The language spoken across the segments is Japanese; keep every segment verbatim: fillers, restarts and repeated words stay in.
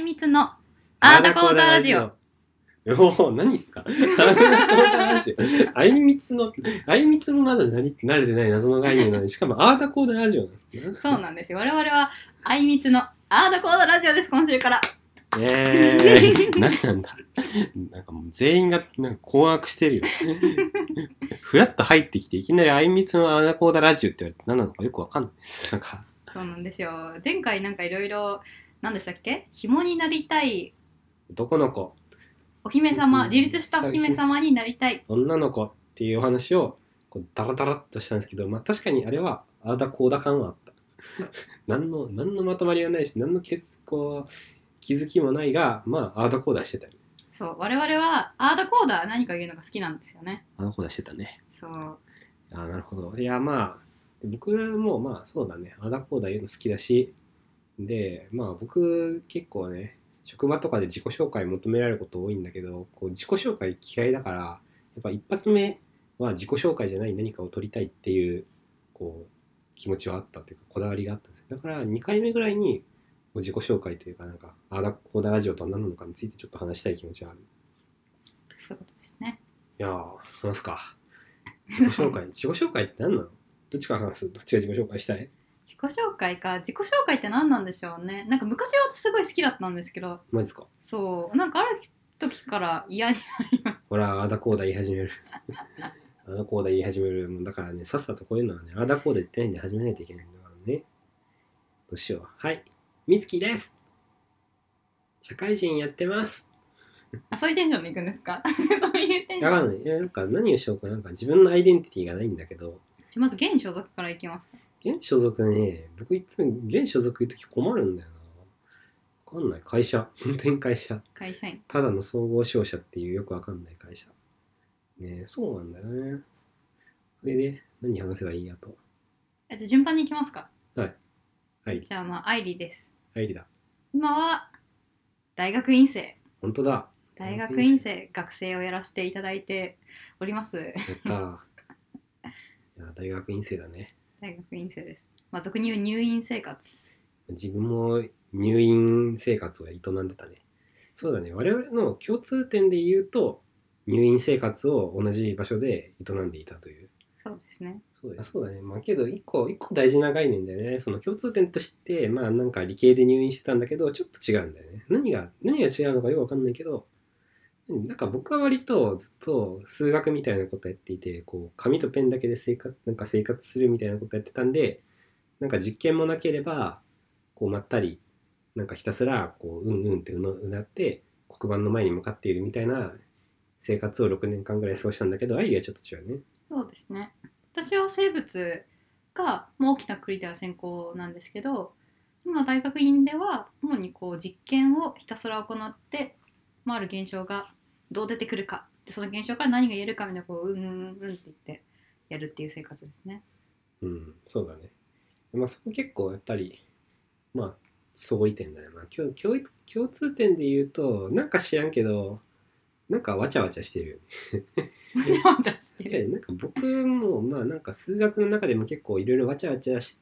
いみつのアーダコーダラジオ。 おお、何ですかアーダコーダラジオ。あいみつの、あいみつもまだ慣れてない謎の概念なのに、しかもアーダコーダラジオなんですね。 そうなんですよ。我々はあいみつのアーダコーダラジオです、今週から。 イエーイ。何なんだ。なんかもう全員がなんか困惑してるよ。ふらっと入ってきて、いきなりあいみつのアーダコーダラジオって言われて何なのかよくわかんないです。なんかそうなんですよ。前回なんかいろいろ、何でしたっけ？紐になりたい男の子。 お姫様、自立したお姫様になりたい女の子っていうお話をこうダラダラっとしたんですけど、まあ確かにあれはあーだこーだ感はあった。何の何のまとまりはないし、何の結こう気づきもないが、まああーだこーだしてたよね。 そう、我々はあーだこーだ何か言うのが好きなんですよね。 あーだこーだしてたね。 そう。 あーなるほど。いやまあ僕もまあそうだね、あーだこーだ言うの好きだし、でまあ僕結構ね、職場とかで自己紹介求められること多いんだけど、こう自己紹介嫌いだから、やっぱ一発目は自己紹介じゃない何かを取りたいっていうこう気持ちはあったというか、こだわりがあったんですよ。だからにかいめぐらいに自己紹介というか、なんかあーだこーだラジオとは何なのかについてちょっと話したい気持ちがある。 そういうことですね。 いやー話すか。自己紹介自己紹介って何なの？どっちから話す？どっちが自己紹介したい？ 自己紹介か。自己紹介って何なんでしょうね。なんか昔はすごい好きだったんですけど、 マジですか？ そうなんかある時から嫌になります。 ほらあーだこーだ言い始める。あーだこーだ言い始める。もうだからね、さっさとこういうのはね、あーだこーだ言ってないんで始めないといけないんだからね。どうしよう。はい、みつきです。社会人やってます。 あ、そういうテンションでいくんですか？そういうテンション。 わかんない。いやなんか何をしようか、なんか自分のアイデンティティがないんだけど。 じゃまず現所属からいきますか。 現所属ね、僕いつも現所属言うとき困るんだよな。わかんない。会社。本当に会社。 会社員。 ただの総合商社っていうよくわかんない会社。ね、そうなんだよね。それで何話せばいいやと。 じゃあ順番にいきますか。 はい。はい。 じゃあまあ、アイリです。 入りだ。 今は大学院生。 本当だ。 大学院生、学生をやらせていただいております。 やったー。いや大学院生だね。 大学院生です。まあ、俗に言う入院生活。 自分も入院生活を営んでたね。そうだね。我々の共通点で言うと、入院生活を同じ場所で営んでいたという。 そうですね。 そうだそうだね。まあけど一個一個大事な概念だよね。その共通点として、まあなんか理系で入院してたんだけど、ちょっと違うんだよね。何が何が違うのかよくわかんないけど、なんか僕は割とずっと数学みたいなことやっていて、こう紙とペンだけで生活なんか生活するみたいなことやってたんで、なんか実験もなければこうまったりなんかひたすらこううんうんってうのうなって黒板の前に向かっているみたいな生活をろくねんかんぐらい過ごしたんだけど、アイリはちょっと違うね。 そうですね。私は生物がもう大きな国では専攻なんですけど、今大学院では主にこう実験をひたすら行って、まあ、ある現象がどう出てくるかで、その現象から何が言えるかみたいなこううんうんうんって言ってやるっていう生活ですね。 うん、そうだね。まあそこ結構やっぱりまあ相違点だよな。共共共通点で言うと、なんか知らんけどなんかわちゃわちゃしてるよね。 わちゃわちゃしてる。 じゃあなんか僕もまあなんか数学の中でも結構いろいろわちゃわちゃして、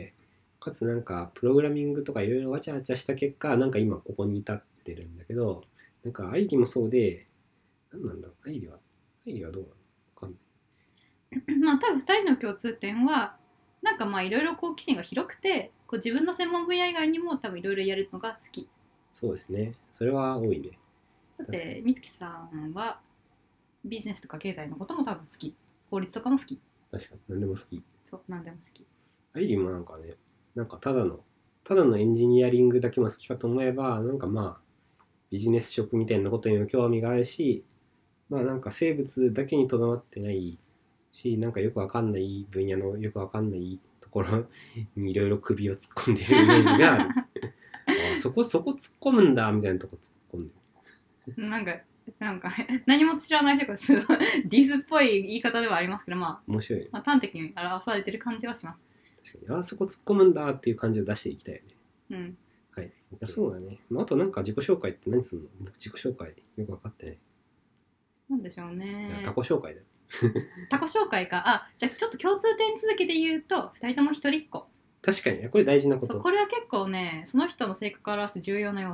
かつなんかプログラミングとかいろいろわちゃわちゃした結果、なんか今ここに至ってるんだけど、なんかアイリもそうで、なんなんだろう、アイリはアイリはどうなのかんない。 まあ多分ふたりの共通点はなんかまあいろいろ好奇心が広くて、こう自分の専門分野以外にも多分いろいろやるのが好き。 そうですね。それは多いね。 だって美月さんはビジネスとか経済のことも多分好き。法律とかも好き。 確かに何でも好き。 そう、何でも好き。 アイリもなんかね、なんかただのただのエンジニアリングだけも好きかと思えば、なんかまあビジネス職みたいなことにも興味があるし、まあなんか生物だけにとどまってないし、なんかよくわかんない分野のよくわかんないところにいろいろ首を突っ込んでるイメージがある。あそこそこ突っ込むんだみたいなとこ突っ込んでる。なんかなんか何も知らない人がすごいディスっぽい言い方ではありますけど、まあ面白い、ね。 まあ、端的に表されてる感じはします。 確かにあそこ突っ込むんだっていう感じを出していきたいよね。 うん。 はい。いやそうだね。まあ、あとなんか自己紹介って何すんの？自己紹介よく分かってない。 なんでしょうね。 タコ紹介だよ。 タコ紹介か。あ、じゃあちょっと共通点続きで言うとふたりとも一人っ子。 確かにこれ大事なこと。 これは結構ね、その人の性格を表す重要な要素。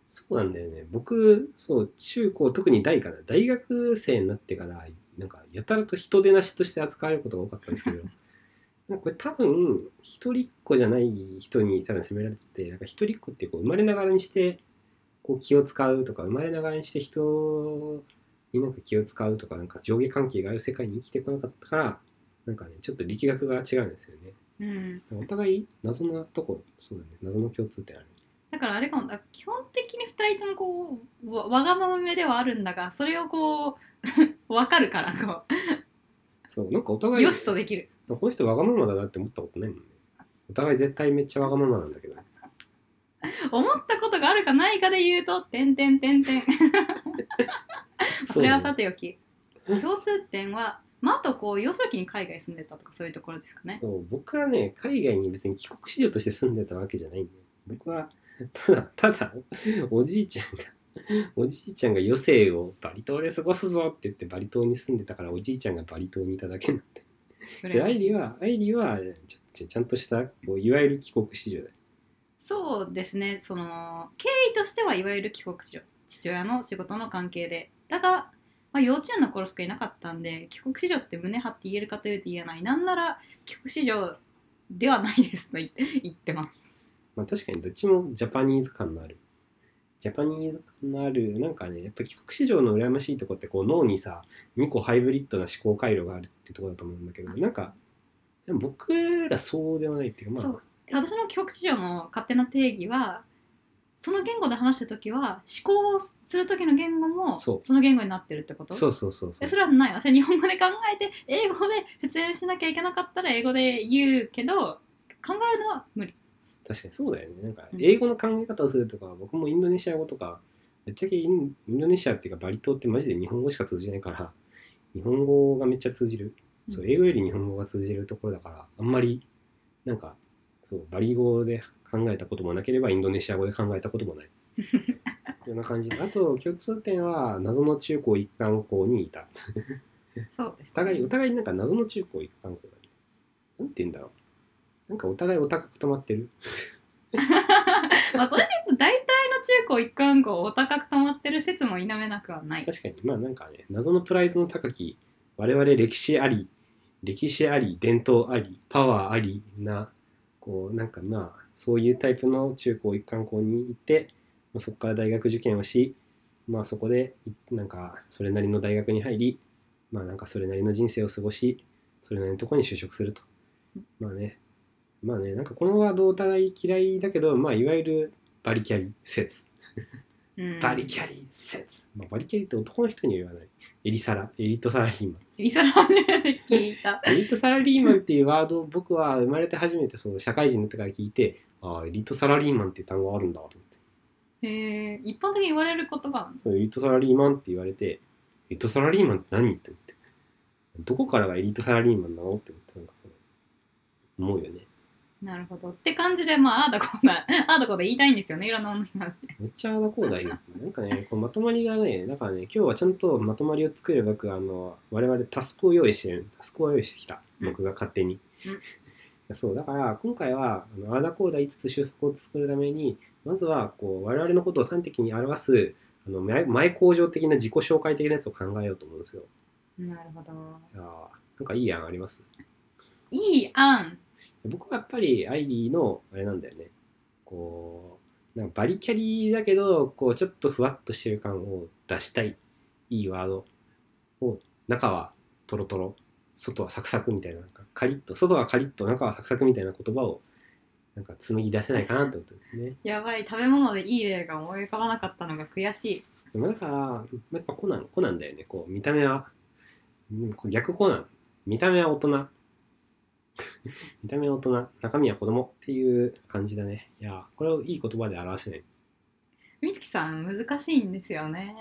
そうなんだよね。僕、そう、中高、特に大かな。大学生になってから、なんか、やたらと人手なしとして扱われることが多かったんですけど、なんかこれ多分、一人っ子じゃない人に多分責められてて、なんか一人っ子ってこう生まれながらにして、こう気を使うとか、生まれながらにして人になんか気を使うとか、なんか上下関係がある世界に生きてこなかったから、なんかね、ちょっと力学が違うんですよね。 うん、 お互い謎なとこ、そうだね、謎の共通点ある。 だからあれかも、基本的にふたりともこうわわがままめではあるんだが、それをこう分かるからこそう、なんかお互い、 うよしとできる。 この人わがままだなって思ったことないもんね。お互い絶対めっちゃわがままなんだけど。 思ったことがあるかないかで言うと、てんてんてんてん。それはさておき、共通点は、まあ、あとこう幼少期に海外住んでたとかそういうところですかね。 そう、僕はね、海外に別に帰国子女として住んでたわけじゃないんだよ。僕は、ただ、ただ、おじいちゃんが、おじいちゃんが余生をバリ島で過ごすぞって言ってバリ島に住んでたから、おじいちゃんがバリ島にいただけなんで。で、アイリは、アイリはちょっとちゃんとした、こういわゆる帰国子女だよ。 そうですね、その経緯としてはいわゆる帰国子女、父親の仕事の関係で、だが、まあ、幼稚園の頃しかいなかったんで、帰国子女って胸張って言えるかというと言えない。なんなら帰国子女ではないですと言って言ってます。 まあ確かにどっちもジャパニーズ感のある。ジャパニーズ感のある、なんかね、やっぱ帰国子女の羨ましいとこってこう脳にさ、にこハイブリッドな思考回路があるってとこだと思うんだけど、なんか、でも僕らそうではないっていうか、まあ、 そう、私の帰国子女の勝手な定義は、その言語で話した時は思考する時の言語もそそうの言語になってるってこと。 そうそうそうそう。 それはない。私は日本語で考えて英語で説明しなきゃいけなかったら英語で言うけど、考えるのは無理。 確かにそうだよね。なんか英語の考え方をするとか、僕もインドネシア語とか、ぶっちゃけインインドネシアっていうかバリ島ってマジで日本語しか通じないから、日本語がめっちゃ通じる。そう、英語より日本語が通じるところだから、あんまり、なんか、そう、バリ語で考えたこともなければ、インドネシア語で考えたこともない。こんな感じ。あと、共通点は、謎の中高一貫校にいた。 そうです、ね、 お互い、お互いなんか謎の中高一貫校だね。なんて言うんだろう。なんかお互いお高く止まってる。 まあそれで言うと大体の中高一貫校お高く止まってる説も否めなくはない。 確かに、まあなんかね、謎のプライドの高き、我々歴史あり、歴史あり、伝統あり、パワーありな、こう、なんかまあ、そういうタイプの中高一貫校に行って、そこから大学受験をし、まあそこで、なんか、それなりの大学に入り、まあなんかそれなりの人生を過ごし、それなりのところに就職すると。まあね、まあね、なんかこのワードお互い嫌いだけど、まあいわゆるバリキャリ説。 うん、 バリキャリ説。まあ、バリキャリって男の人には言わない。エリサラ、エリートサラリーマン。 エリサラ初めて聞いた。 エリートサラリーマンっていうワードを僕は生まれて初めてその社会人になってから聞いて、ああ、エリートサラリーマンっていう単語あるんだと思って。 へえ、一般的に言われる言葉なんです。 そうエリートサラリーマンって言われて、エリートサラリーマンって何って思って。どこからがエリートサラリーマンなのって思って、なんかその思うよね。 なるほど。って感じで、まあ、ああだこうだ、ああだこうだ言いたいんですよね、いろんなものになって。 めっちゃあだこうだよ。なんかね、こうまとまりがね、だからね、今日はちゃんとまとまりを作るべく、あの、我々タスクを用意してる。タスクを用意してきた。僕が勝手に。うん、そう、だから今回は、あのあだこうだ言いつつ収束を作るために、まずはこう我々のことを端的に表す、あの前前向上的な自己紹介的なやつを考えようと思うんですよ。 なるほど。 あなんかいい案あります？ いい案。 僕はやっぱりアイリーのあれなんだよね。こうなんかバリキャリだけどこうちょっとふわっとしてる感を出したいいいワードを、中はトロトロ外はサクサクみたいな、なんかカリッと外はカリッと中はサクサクみたいな言葉をなんか紡ぎ出せないかなと思ったんですね。 やばい、食べ物でいい例が思い浮かばなかったのが悔しい。 でもだからやっぱコナンコナンだよね。こう見た目は逆コナン、見た目は大人見た目は大人、中身は子供っていう感じだね。いや、これをいい言葉で表せない。 みつきさん難しいんですよね。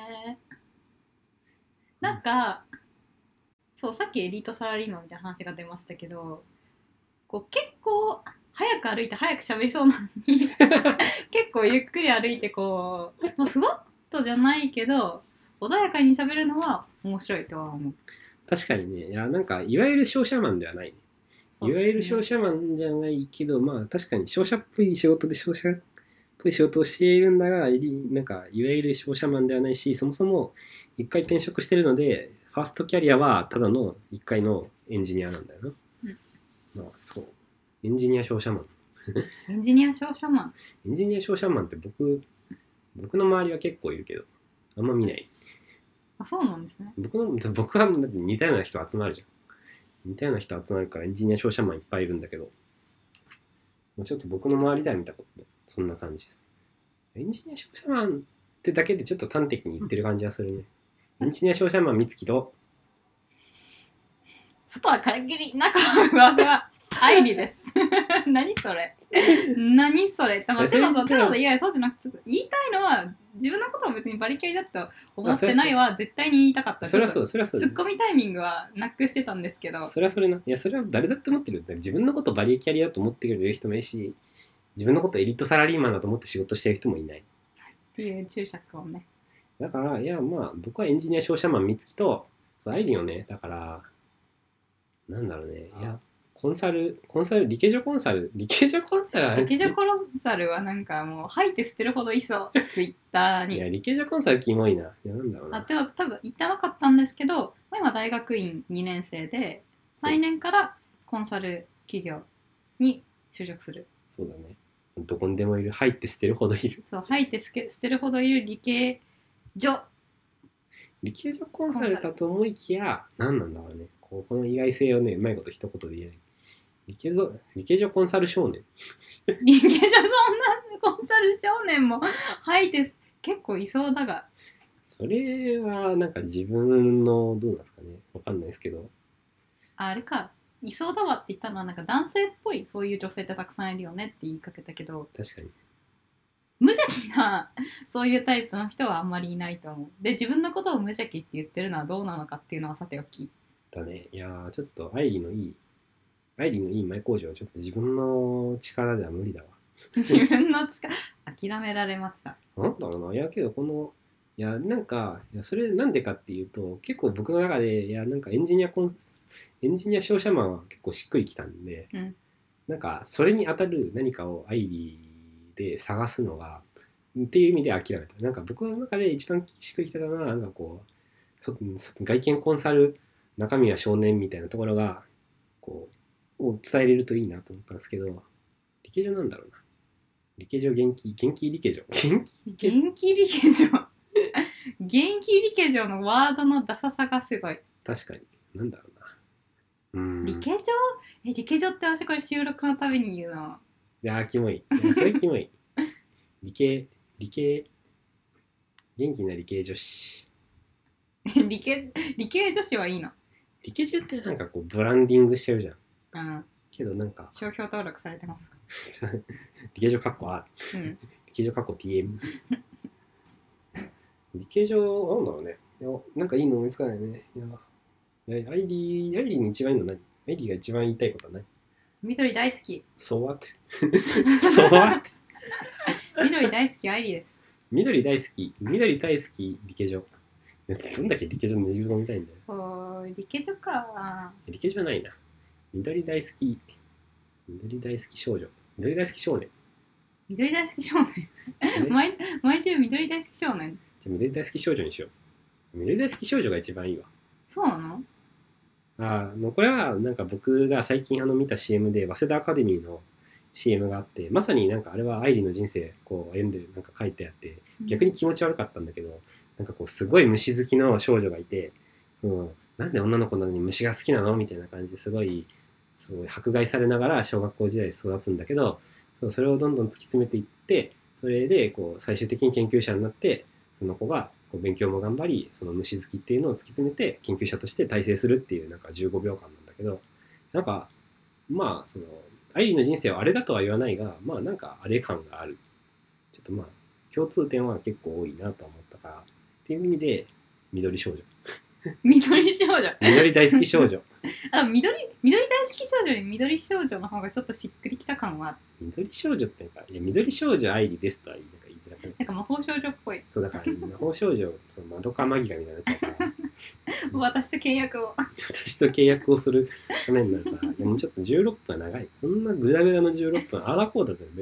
なんか、そうさっきエリートサラリーマンみたいな話が出ましたけど、こう結構早く歩いて早く喋りそうなのに結構ゆっくり歩いてこう、まあ、ふわっとじゃないけど穏やかに喋るのは面白いとは思う。 確かにね、いやなんかいわゆる商社マンではないね。いわゆる商社マンじゃないけど、まあ確かに商社っぽい仕事で商社っぽい仕事をしているんだが、いりなんかいわゆる商社マンではないし、そもそも一回転職してるので、ファーストキャリアはただの一回のエンジニアなんだよな。 うん、 まあそう。エンジニア商社マン。 エンジニア商社マン。 エンジニア商社マンって僕、僕の周りは結構いるけど、あんま見ない。 あ、そうなんですね。 僕の僕は似たような人集まるじゃん。似たような人集まるからエンジニア商社マンいっぱいいるんだけど、もうちょっと僕の周りでは見たことない。そんな感じです。エンジニア商社マンってだけでちょっと端的に言ってる感じがするね。エンジニア商社マン美月と、 外はカラギリ、中はふわふわ。愛理です。何それ何それって、まあ、テロとテロといやそうじゃなくて、ちょっと言いたいのは、自分のことを別にバリキャリだと思ってないは絶対に言いたかった。 それはそう、それはそう。 ツッコミタイミングはなくしてたんですけど。 それはそれな。いや、それは誰だって思ってる。自分のことをバリキャリだと思ってくれる人もいるし、自分のことをエリートサラリーマンだと思って仕事してる人もいない。 っていう注釈をね。 だから、いや、まあ、僕はエンジニア商社マン美月と、アイリンをね、だから、なんだろうね、いや、コンサル、コンサル、リケジョコンサル、リケジョコンサルはリケジョコンサルはなんかもう吐いて捨てるほどいそう、ツイッターに。 いや、リケジョコンサルキモいな。いや、なんだろうな。 あ、でも多分言ってなかったんですけど、今大学院にねん生で、来年からコンサル企業に就職する。 そうだね。どこにでもいる、吐いて捨てるほどいる。 そう、吐いて捨てるほどいる理系女。 理系女コンサルかと思いきや、何なんだろうね。ここの意外性をね、うまいこと一言で言えない。理系女、理系女コンサル少年。 理系女そんなコンサル少年も吐いて結構いそうだが。 それはなんか自分のどうなんですかね。わかんないですけど。 あ、あれか。いそうだわって言ったのはなんか男性っぽいそういう女性ってたくさんいるよねって言いかけたけど、 確かに無邪気なそういうタイプの人はあんまりいないと思う。で、自分のことを無邪気って言ってるのはどうなのかっていうのはさておきだね。いやーちょっと愛理のいい愛理のいい前工場はちょっと自分の力では無理だわ。 自分の力諦められました。 なんだろうな。いやけどこのいやなんかいやそれなんでかっていうと、結構僕の中でいやなんかエンジニアコンエンジニア商社マンは結構しっくりきたんで、 うん、なんかそれに当たる何かをアイリーで探すのがっていう意味で諦めた。なんか僕の中で一番しっくりきたのはなんかこうそ外見コンサル中身は少年みたいなところがこうを伝えれるといいなと思ったんですけど、理系上なんだろうな。理系上元気元気理系上元気元気理系上元気理系上のワードのダサさがすごい。 確かになんだろうな。うーん理系上え理系上って私これ収録のたびに言うの。 いやーキモい。いやそれキモい。理系理系元気な理系女子。 理系理系女子はいいの。 理系女ってなんかこうブランディングしてるじゃん。 うん。 けどなんか商標登録されてますか理系女カッコ R、 うん、 理系女カッコ ティーエム 理系女なんだろうね。いやなんかいいの思いつかないね。いやいやアイリーアイリーに一番いいの何？アイリーが一番言いたいことは何？ 緑大好き。 So what? So what? 緑大好きアイリーです。 緑大好き緑大好き理系女。どんだけ理系女の映像見たいんだよ。 おー理系女か。 理系女はないな。緑大好き緑大好き少女緑大好き少年緑大好き少年毎, 毎週緑大好き少年。 じゃあ緑大好き少女にしよう。緑大好き少女が一番いいわ。 そうなの？ あのこれはなんか僕が最近あの見た シーエム で早稲田アカデミーの シーエム があって、まさになんかあれは愛理の人生こう読んでなんか書いてあって逆に気持ち悪かったんだけど、うん、なんかこうすごい虫好きの少女がいて、そのなんで女の子なのに虫が好きなのみたいな感じですごいすごい迫害されながら小学校時代育つんだけど、それをどんどん突き詰めていって、それでこう最終的に研究者になって、その子がこう勉強も頑張り、その虫好きっていうのを突き詰めて研究者として大成するっていうなんかじゅうごびょうかんなんだけど、なんかまあその愛理の人生はあれだとは言わないが、まあなんかあれ感がある。ちょっとまあ共通点は結構多いなと思ったからっていう意味で緑少女。 緑少女。 緑大好き少女。 あ、緑緑大好き少女より緑少女の方がちょっとしっくりきた感はある。 緑少女ってなんかいや緑少女愛理ですとはなんか言いづらくない？ なんか魔法少女っぽい。 そうだから魔法少女そのマドカマギカみたいになっちゃうから。 私と契約を。 私と契約をするためになるから、いやもうちょっとじゅうろっぷんは長い。こんなグダグダのじゅうろっぷん、あらこうだと無理だよ。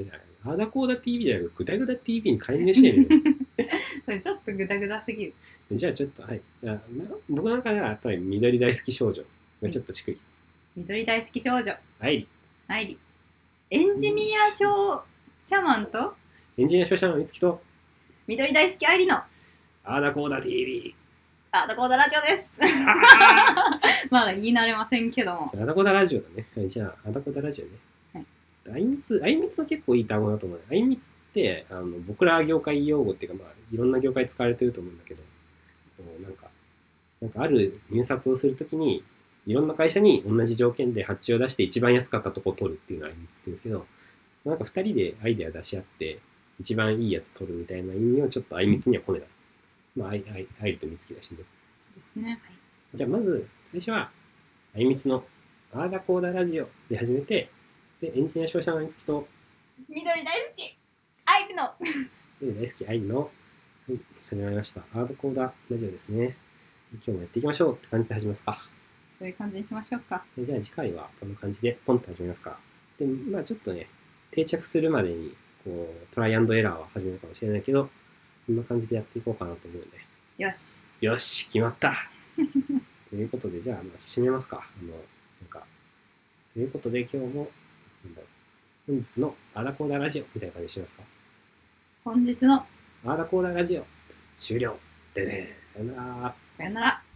あーだこーだ ティーブイ じゃなくてグダグダ ティーブイ に改名してるよそれちょっとグダグダすぎる。 じゃあちょっとはいあ僕の中ではやっぱり緑大好き少女がちょっとしっくりき緑大好き少女たはい愛理。エンジニア商シャマンとエンジニア商社のみつきと緑大好き愛理のあーだこーだ ティーブイあだこーだラジオですあまだ言い慣れませんけども。 ーあだこだラジオだねはいじゃああだこだラジオねはいあいみつあいみつは結構いい単語だと思うあいみつってあの僕ら業界用語っていうかまあいろんな業界使われてると思うんだけどこうなんかなんかある入札をするときにいろんな会社に同じ条件で発注を出して一番安かったとこを取るっていうのをあいみつって言うんですけどなんかふたりでアイデア出し合って一番いいやつ取るみたいな意味をちょっとあいみつには込めた。まあ、あい、あい、あいりとみつきだしね。 ですね。 じゃあまず最初はあいみつのあーだこーだラジオで始めてでエンジニア商社のみつきと緑大好き愛理の大好きあいりの、はい、始まりましたあーだこーだラジオですね。今日もやっていきましょうって感じで始めますか。 そういう感じにしましょうか。 じゃあ次回はこんな感じでポンと始めますか。でまあちょっとね定着するまでにこうトライアンドエラーは始めるかもしれないけどそんな感じでやっていこうかなと思うね。 よしよし決まったということでじゃあ、まあ、締めますか。あのなんかということで今日もなんだろう本日のあだこーだラジオみたいな感じにしますか。 本日のあだこーだラジオ終了でねさよなら。 さよなら。